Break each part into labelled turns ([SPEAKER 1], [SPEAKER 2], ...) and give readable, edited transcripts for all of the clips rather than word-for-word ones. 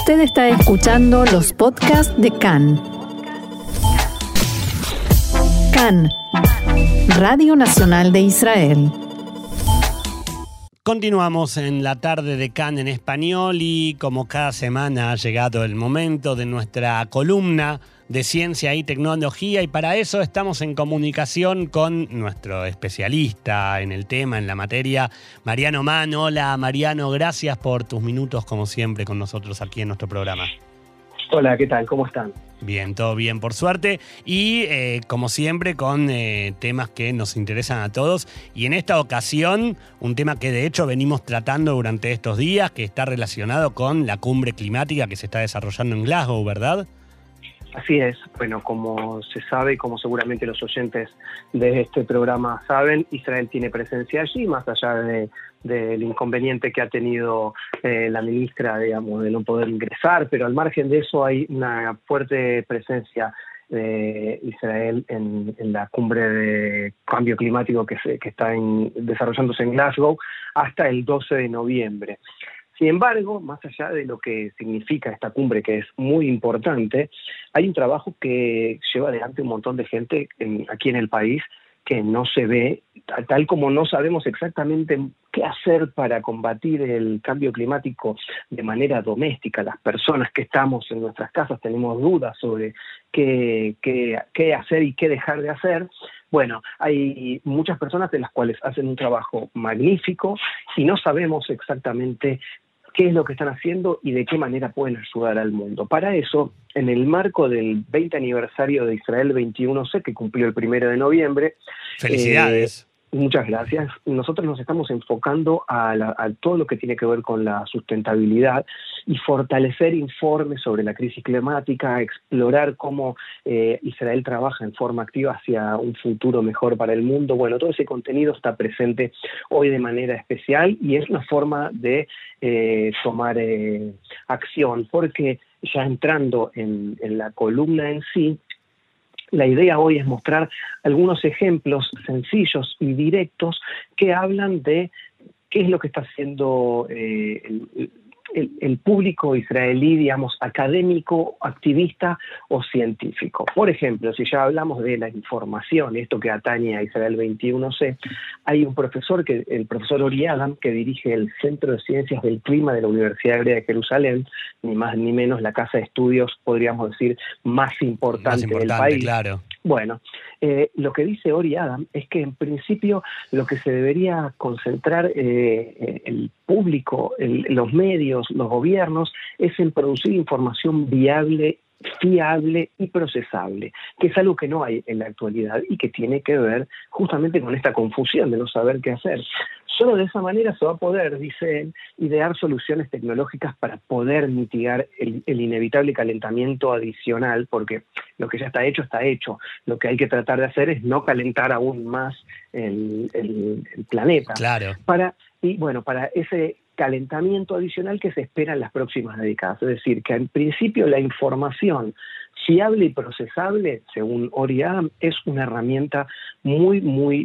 [SPEAKER 1] Usted está escuchando los podcasts de CAN. CAN, Radio Nacional de Israel.
[SPEAKER 2] Continuamos en la tarde de CAN en español y como cada semana ha llegado el momento de nuestra columna de ciencia y tecnología y para eso estamos en comunicación con nuestro especialista en el tema, en la materia, Mariano Mann. Hola Mariano, gracias por tus minutos como siempre con nosotros aquí en nuestro programa.
[SPEAKER 3] Hola, ¿qué tal? ¿Cómo están?
[SPEAKER 2] Bien, todo bien, por suerte. Y como siempre, con temas que nos interesan a todos. Y en esta ocasión, un tema que de hecho venimos tratando durante estos días, que está relacionado con la cumbre climática que se está desarrollando en Glasgow, ¿verdad?
[SPEAKER 3] Así es. Bueno, como se sabe, como seguramente los oyentes de este programa saben, Israel tiene presencia allí, más allá del inconveniente que ha tenido la ministra, digamos, de no poder ingresar, pero al margen de eso hay una fuerte presencia de Israel en la cumbre de cambio climático que está desarrollándose en Glasgow hasta el 12 de noviembre. Sin embargo, más allá de lo que significa esta cumbre, que es muy importante, hay un trabajo que lleva adelante un montón de gente aquí en el país que no se ve, tal como no sabemos exactamente qué hacer para combatir el cambio climático de manera doméstica. Las personas que estamos en nuestras casas tenemos dudas sobre qué hacer y qué dejar de hacer. Bueno, hay muchas personas de las cuales hacen un trabajo magnífico y no sabemos exactamente qué es lo que están haciendo y de qué manera pueden ayudar al mundo. Para eso, en el marco del 20 aniversario de Israel 21C, que cumplió el 1 de noviembre...
[SPEAKER 2] ¡Felicidades!
[SPEAKER 3] Muchas gracias. Nosotros nos estamos enfocando a todo lo que tiene que ver con la sustentabilidad y fortalecer informes sobre la crisis climática, explorar cómo Israel trabaja en forma activa hacia un futuro mejor para el mundo. Bueno, todo ese contenido está presente hoy de manera especial y es una forma de tomar acción, porque ya entrando en la columna en sí, la idea hoy es mostrar algunos ejemplos sencillos y directos que hablan de qué es lo que está haciendo el público israelí, digamos, académico, activista o científico. Por ejemplo, si ya hablamos de la información, esto que atañe a Israel 21C, hay un profesor, el profesor Ori Adam, que dirige el Centro de Ciencias del Clima de la Universidad Hebrea de Jerusalén, ni más ni menos la casa de estudios, podríamos decir, más importante del país.
[SPEAKER 2] Claro.
[SPEAKER 3] Bueno, lo que dice Ori Adam es que en principio lo que se debería concentrar el público, los medios, los gobiernos, es en producir información viable, fiable y procesable, que es algo que no hay en la actualidad y que tiene que ver justamente con esta confusión de no saber qué hacer. Solo de esa manera se va a poder, dice él, idear soluciones tecnológicas para poder mitigar el inevitable calentamiento adicional, porque lo que ya está hecho, está hecho. Lo que hay que tratar de hacer es no calentar aún más el planeta.
[SPEAKER 2] Claro.
[SPEAKER 3] Para ese calentamiento adicional que se espera en las próximas décadas. Es decir, que en principio la información fiable y procesable, según Ori Adam, es una herramienta muy, muy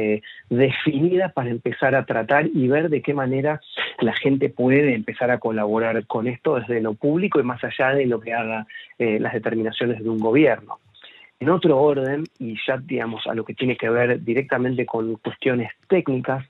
[SPEAKER 3] definida para empezar a tratar y ver de qué manera la gente puede empezar a colaborar con esto desde lo público y más allá de lo que haga las determinaciones de un gobierno. En otro orden, y ya digamos a lo que tiene que ver directamente con cuestiones técnicas,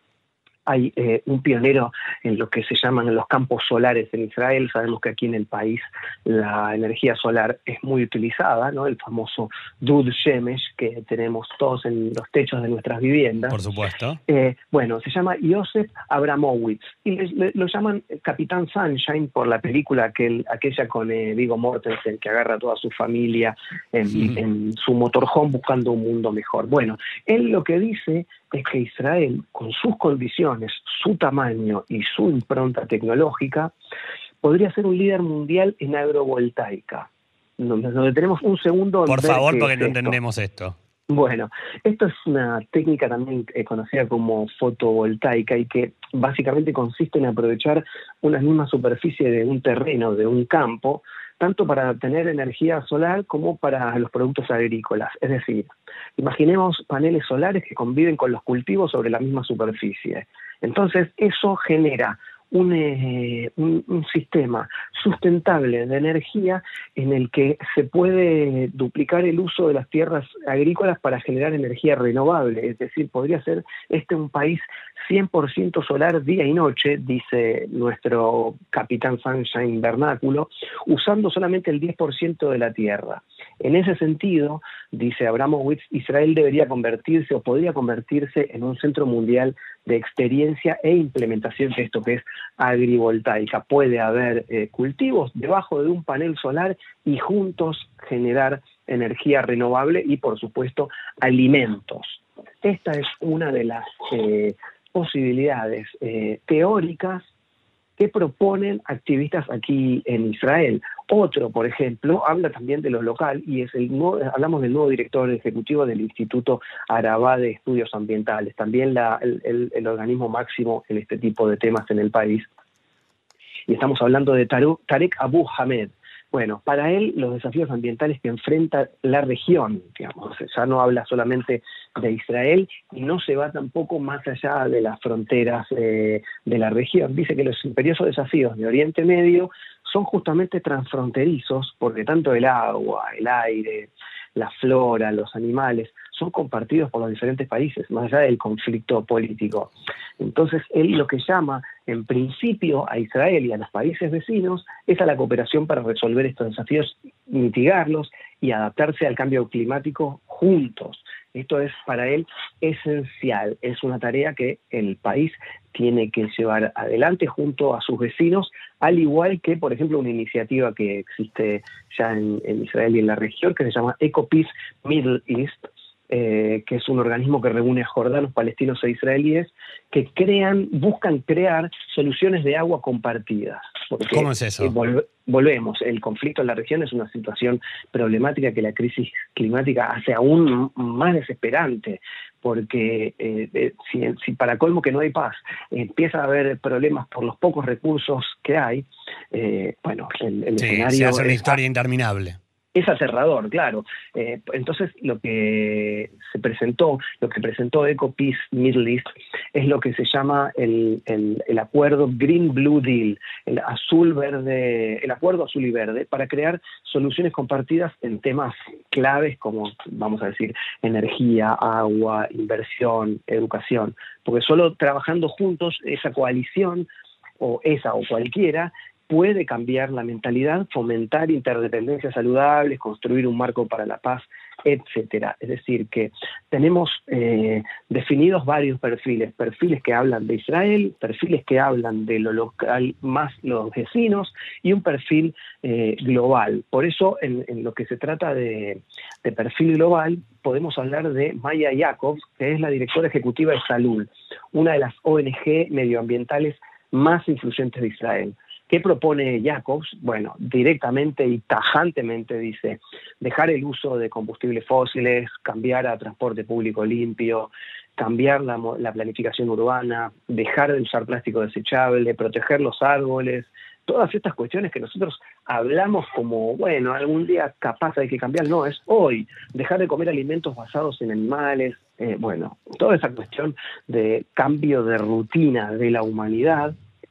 [SPEAKER 3] hay un pionero en lo que se llaman los campos solares en Israel. Sabemos que aquí en el país la energía solar es muy utilizada, ¿no? El famoso Dud Shemesh que tenemos todos en los techos de nuestras viviendas.
[SPEAKER 2] Por supuesto.
[SPEAKER 3] Se llama Yosef Abramowitz y lo llaman Capitán Sunshine por la película aquella con Viggo Mortensen, que agarra a toda su familia en su motorhome buscando un mundo mejor. Bueno, él lo que dice es que Israel, con sus condiciones, su tamaño y su impronta tecnológica, podría ser un líder mundial en agrovoltaica. Donde tenemos un segundo...
[SPEAKER 2] Por favor, porque no entendemos esto.
[SPEAKER 3] Bueno, esto es una técnica también conocida como fotovoltaica y que básicamente consiste en aprovechar una misma superficie de un terreno, de un campo, tanto para tener energía solar como para los productos agrícolas. Es decir, imaginemos paneles solares que conviven con los cultivos sobre la misma superficie. Entonces, eso genera un sistema sustentable de energía en el que se puede duplicar el uso de las tierras agrícolas para generar energía renovable. Es decir, podría ser un país 100% solar día y noche, dice nuestro capitán Sunshine vernáculo, usando solamente el 10% de la tierra. En ese sentido, dice Abramowitz, Israel debería convertirse o podría convertirse en un centro mundial de experiencia e implementación de esto que es agrivoltaica. Puede haber cultivos debajo de un panel solar y juntos generar energía renovable y, por supuesto, alimentos. Esta es una de las posibilidades teóricas que proponen activistas aquí en Israel. Otro, por ejemplo, habla también de lo local y hablamos del nuevo director ejecutivo del Instituto Arabá de Estudios Ambientales, también el organismo máximo en este tipo de temas en el país. Y estamos hablando de Tarek Abu Hamed. Bueno, para él los desafíos ambientales que enfrenta la región, digamos, ya no habla solamente de Israel y no se va tampoco más allá de las fronteras de la región. Dice que los imperiosos desafíos de Oriente Medio son justamente transfronterizos porque tanto el agua, el aire, la flora, los animales, son compartidos por los diferentes países, más allá del conflicto político. Entonces, él lo que llama, en principio, a Israel y a los países vecinos, es a la cooperación para resolver estos desafíos, mitigarlos y adaptarse al cambio climático juntos. Esto es para él esencial, es una tarea que el país tiene que llevar adelante junto a sus vecinos, al igual que, por ejemplo, una iniciativa que existe ya en Israel y en la región, que se llama EcoPeace Middle East, que es un organismo que reúne a jordanos, palestinos e israelíes, que buscan crear soluciones de agua compartidas. Porque,
[SPEAKER 2] ¿cómo es eso?
[SPEAKER 3] Volvemos, el conflicto en la región es una situación problemática que la crisis climática hace aún más desesperante, porque si para colmo que no hay paz, empieza a haber problemas por los pocos recursos que hay, bueno, el escenario...
[SPEAKER 2] se hace una historia interminable.
[SPEAKER 3] Es aterrador, claro. Entonces, lo que presentó EcoPeace Middle East es lo que se llama el acuerdo Green Blue Deal, el acuerdo azul y verde, para crear soluciones compartidas en temas claves como, vamos a decir, energía, agua, inversión, educación, porque solo trabajando juntos esa coalición, o cualquiera, puede cambiar la mentalidad, fomentar interdependencias saludables, construir un marco para la paz, etcétera. Es decir, que tenemos definidos varios perfiles que hablan de Israel, perfiles que hablan de lo local más los vecinos y un perfil global. Por eso, en lo que se trata de perfil global, podemos hablar de Maya Jacobs, que es la directora ejecutiva de Salud, una de las ONG medioambientales más influyentes de Israel. ¿Qué propone Jacobs? Bueno, directamente y tajantemente dice dejar el uso de combustibles fósiles, cambiar a transporte público limpio, cambiar la planificación urbana, dejar de usar plástico desechable, proteger los árboles, todas estas cuestiones que nosotros hablamos como, bueno, algún día capaz hay que cambiar, no, es hoy, dejar de comer alimentos basados en animales, bueno, toda esa cuestión de cambio de rutina de la humanidad.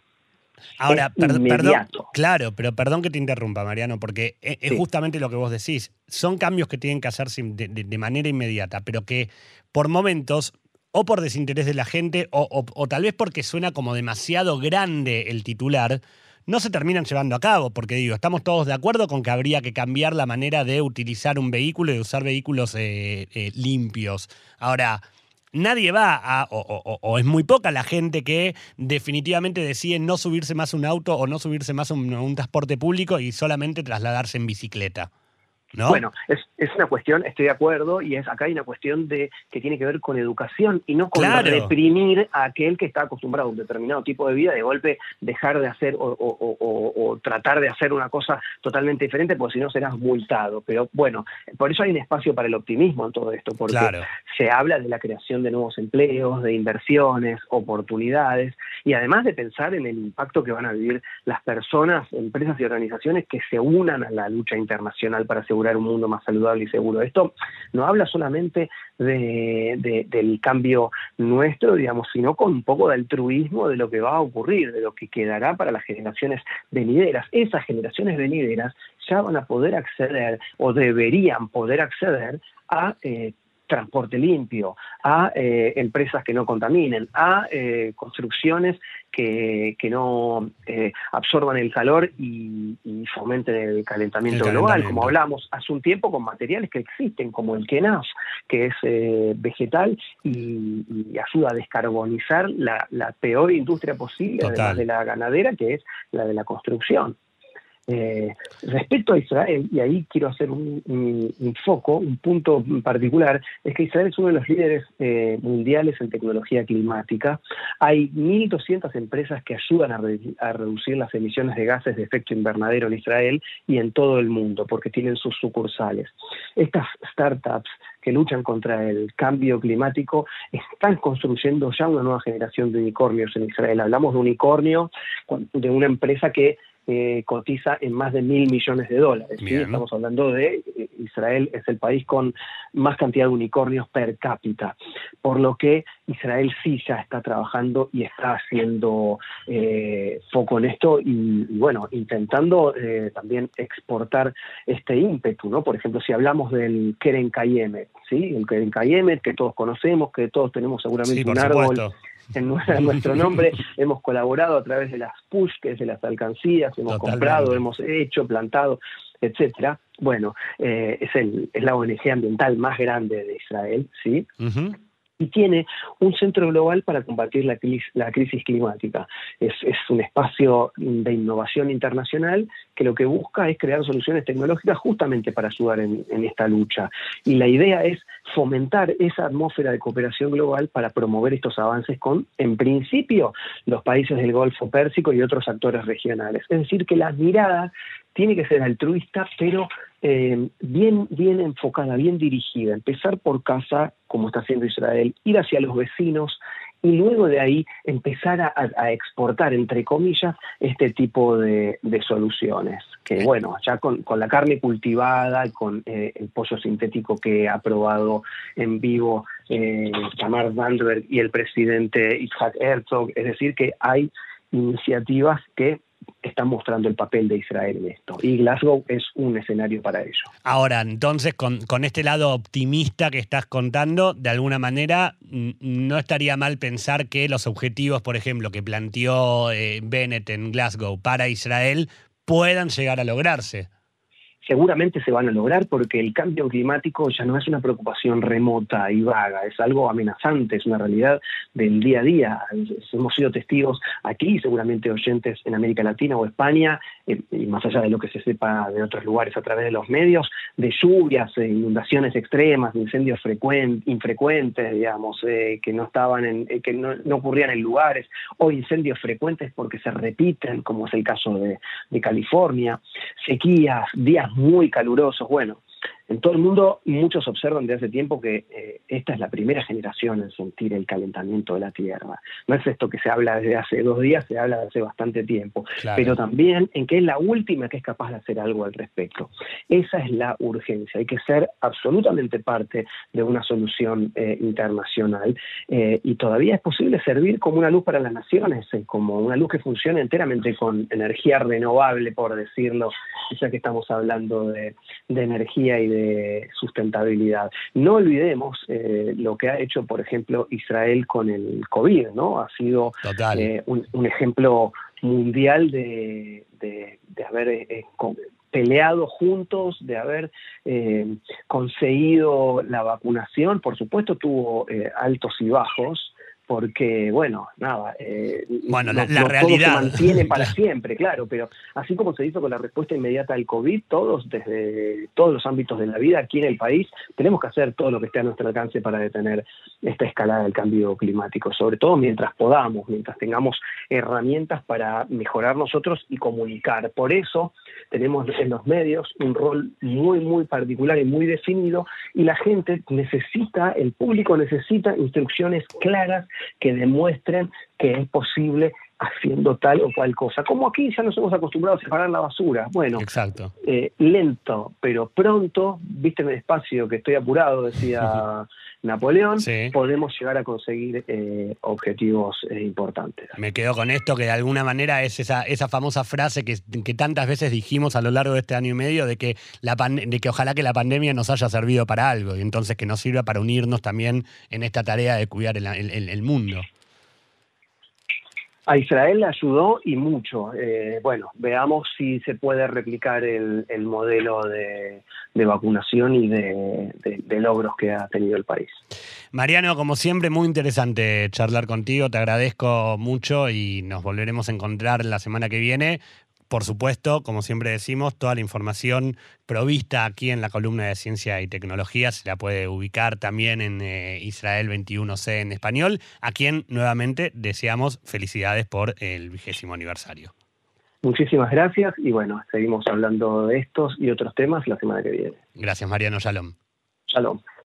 [SPEAKER 2] Ahora, perdón, claro, pero perdón que te interrumpa, Mariano, porque es justamente lo que vos decís. Son cambios que tienen que hacerse de manera inmediata, pero que por momentos, o por desinterés de la gente, o tal vez porque suena como demasiado grande el titular, no se terminan llevando a cabo, porque digo, estamos todos de acuerdo con que habría que cambiar la manera de utilizar un vehículo y de usar vehículos limpios. Ahora, nadie va o es muy poca la gente que definitivamente decide no subirse más a un auto o no subirse más a un transporte público y solamente trasladarse en bicicleta, ¿no?
[SPEAKER 3] Bueno, es una cuestión, estoy de acuerdo, y acá hay una cuestión que tiene que ver con educación y no con reprimir a aquel que está acostumbrado a un determinado tipo de vida, de golpe dejar de hacer o tratar de hacer una cosa totalmente diferente, porque si no serás multado. Pero bueno, por eso hay un espacio para el optimismo en todo esto, porque se habla de la creación de nuevos empleos, de inversiones, oportunidades, y además de pensar en el impacto que van a vivir las personas, empresas y organizaciones que se unan a la lucha internacional para asegurar asegurar un mundo más saludable y seguro. Esto no habla solamente del cambio nuestro, digamos, sino con un poco de altruismo de lo que va a ocurrir, de lo que quedará para las generaciones venideras. Esas generaciones venideras ya van a poder acceder, o deberían poder acceder, a transporte limpio, a empresas que no contaminen, a construcciones que no absorban el calor y fomenten el calentamiento global, como hablamos hace un tiempo, con materiales que existen, como el kenaf, que es vegetal y ayuda a descarbonizar la peor industria posible, además de la ganadera, que es la de la construcción. Respecto a Israel, y ahí quiero hacer un foco, un punto particular, es que Israel es uno de los líderes mundiales en tecnología climática. Hay 1.200 empresas que ayudan a reducir las emisiones de gases de efecto invernadero en Israel y en todo el mundo, porque tienen sus sucursales. Estas startups que luchan contra el cambio climático están construyendo ya una nueva generación de unicornios en Israel. Hablamos de unicornio, de una empresa que cotiza en más de $1.000 millones. ¿Sí? Estamos hablando de Israel es el país con más cantidad de unicornios per cápita, por lo que Israel sí ya está trabajando y está haciendo foco en esto y bueno, intentando también exportar este ímpetu, ¿no? Por ejemplo, si hablamos del Keren Kayemet, ¿sí? El Keren Kayemet que todos conocemos, que todos tenemos seguramente un árbol en nuestro nombre, hemos colaborado a través de las push, que es de las alcancías, hemos comprado, hemos hecho, plantado, etcétera. Bueno, es la ONG ambiental más grande de Israel, ¿sí? Uh-huh. Y tiene un centro global para combatir la crisis climática. Es un espacio de innovación internacional que lo que busca es crear soluciones tecnológicas justamente para ayudar en esta lucha. Y la idea es fomentar esa atmósfera de cooperación global para promover estos avances con, en principio, los países del Golfo Pérsico y otros actores regionales. Es decir, que la mirada tiene que ser altruista, pero bien enfocada, bien dirigida. Empezar por casa, como está haciendo Israel, ir hacia los vecinos y luego de ahí empezar a exportar, entre comillas, este tipo de soluciones. Que bueno, ya con la carne cultivada, con el pollo sintético que ha probado en vivo Tamar Zandberg y el presidente Yitzhak Herzog, es decir, que hay iniciativas que están mostrando el papel de Israel en esto. Y Glasgow es un escenario para ello.
[SPEAKER 2] Ahora, entonces, con este lado optimista que estás contando, de alguna manera, no estaría mal pensar que los objetivos, por ejemplo, que planteó Bennett en Glasgow para Israel, puedan llegar a lograrse.
[SPEAKER 3] Seguramente se van a lograr porque el cambio climático ya no es una preocupación remota y vaga, es algo amenazante, es una realidad del día a día. Hemos sido testigos aquí, seguramente oyentes en América Latina o España, y más allá de lo que se sepa de otros lugares a través de los medios, de lluvias, inundaciones extremas, incendios infrecuentes, digamos, que no estaban que no ocurrían en lugares, o incendios frecuentes porque se repiten, como es el caso de California, sequías, días muy calurosos. Bueno, en todo el mundo muchos observan desde hace tiempo que esta es la primera generación en sentir el calentamiento de la Tierra. No es esto que se habla desde hace 2 días, se habla desde hace bastante tiempo. Claro. Pero también en que es la última que es capaz de hacer algo al respecto. Esa es la urgencia. Hay que ser absolutamente parte de una solución internacional y todavía es posible servir como una luz para las naciones, como una luz que funcione enteramente con energía renovable, por decirlo, ya que estamos hablando de energía y de sustentabilidad. No olvidemos lo que ha hecho, por ejemplo, Israel con el COVID, ¿no? Ha sido un ejemplo mundial de haber peleado juntos, de haber conseguido la vacunación. Por supuesto, tuvo altos y bajos, porque, bueno, nada,
[SPEAKER 2] la realidad
[SPEAKER 3] todo se mantiene para siempre, claro, pero así como se hizo con la respuesta inmediata al COVID, todos, desde todos los ámbitos de la vida aquí en el país, tenemos que hacer todo lo que esté a nuestro alcance para detener esta escalada del cambio climático, sobre todo mientras podamos, mientras tengamos herramientas para mejorar nosotros y comunicar. Por eso tenemos en los medios un rol muy, muy particular y muy definido, y la gente necesita, el público necesita instrucciones claras que demuestren que es posible haciendo tal o cual cosa. Como aquí ya nos hemos acostumbrado a separar la basura. Bueno,
[SPEAKER 2] exacto.
[SPEAKER 3] Lento, pero pronto, vísteme despacio que estoy apurado, decía Napoleón,
[SPEAKER 2] Sí.
[SPEAKER 3] podemos llegar a conseguir objetivos importantes.
[SPEAKER 2] Me quedo con esto, que de alguna manera es esa famosa frase que tantas veces dijimos a lo largo de este año y medio, de que ojalá que la pandemia nos haya servido para algo, y entonces que nos sirva para unirnos también en esta tarea de cuidar el mundo.
[SPEAKER 3] A Israel le ayudó y mucho. Bueno, veamos si se puede replicar el modelo de vacunación y de logros que ha tenido el país.
[SPEAKER 2] Mariano, como siempre, muy interesante charlar contigo, te agradezco mucho y nos volveremos a encontrar la semana que viene. Por supuesto, como siempre decimos, toda la información provista aquí en la columna de Ciencia y Tecnología se la puede ubicar también en Israel 21C en español, a quien nuevamente deseamos felicidades por el 20º aniversario.
[SPEAKER 3] Muchísimas gracias y bueno, seguimos hablando de estos y otros temas la semana que viene.
[SPEAKER 2] Gracias, Mariano. Shalom.
[SPEAKER 3] Shalom.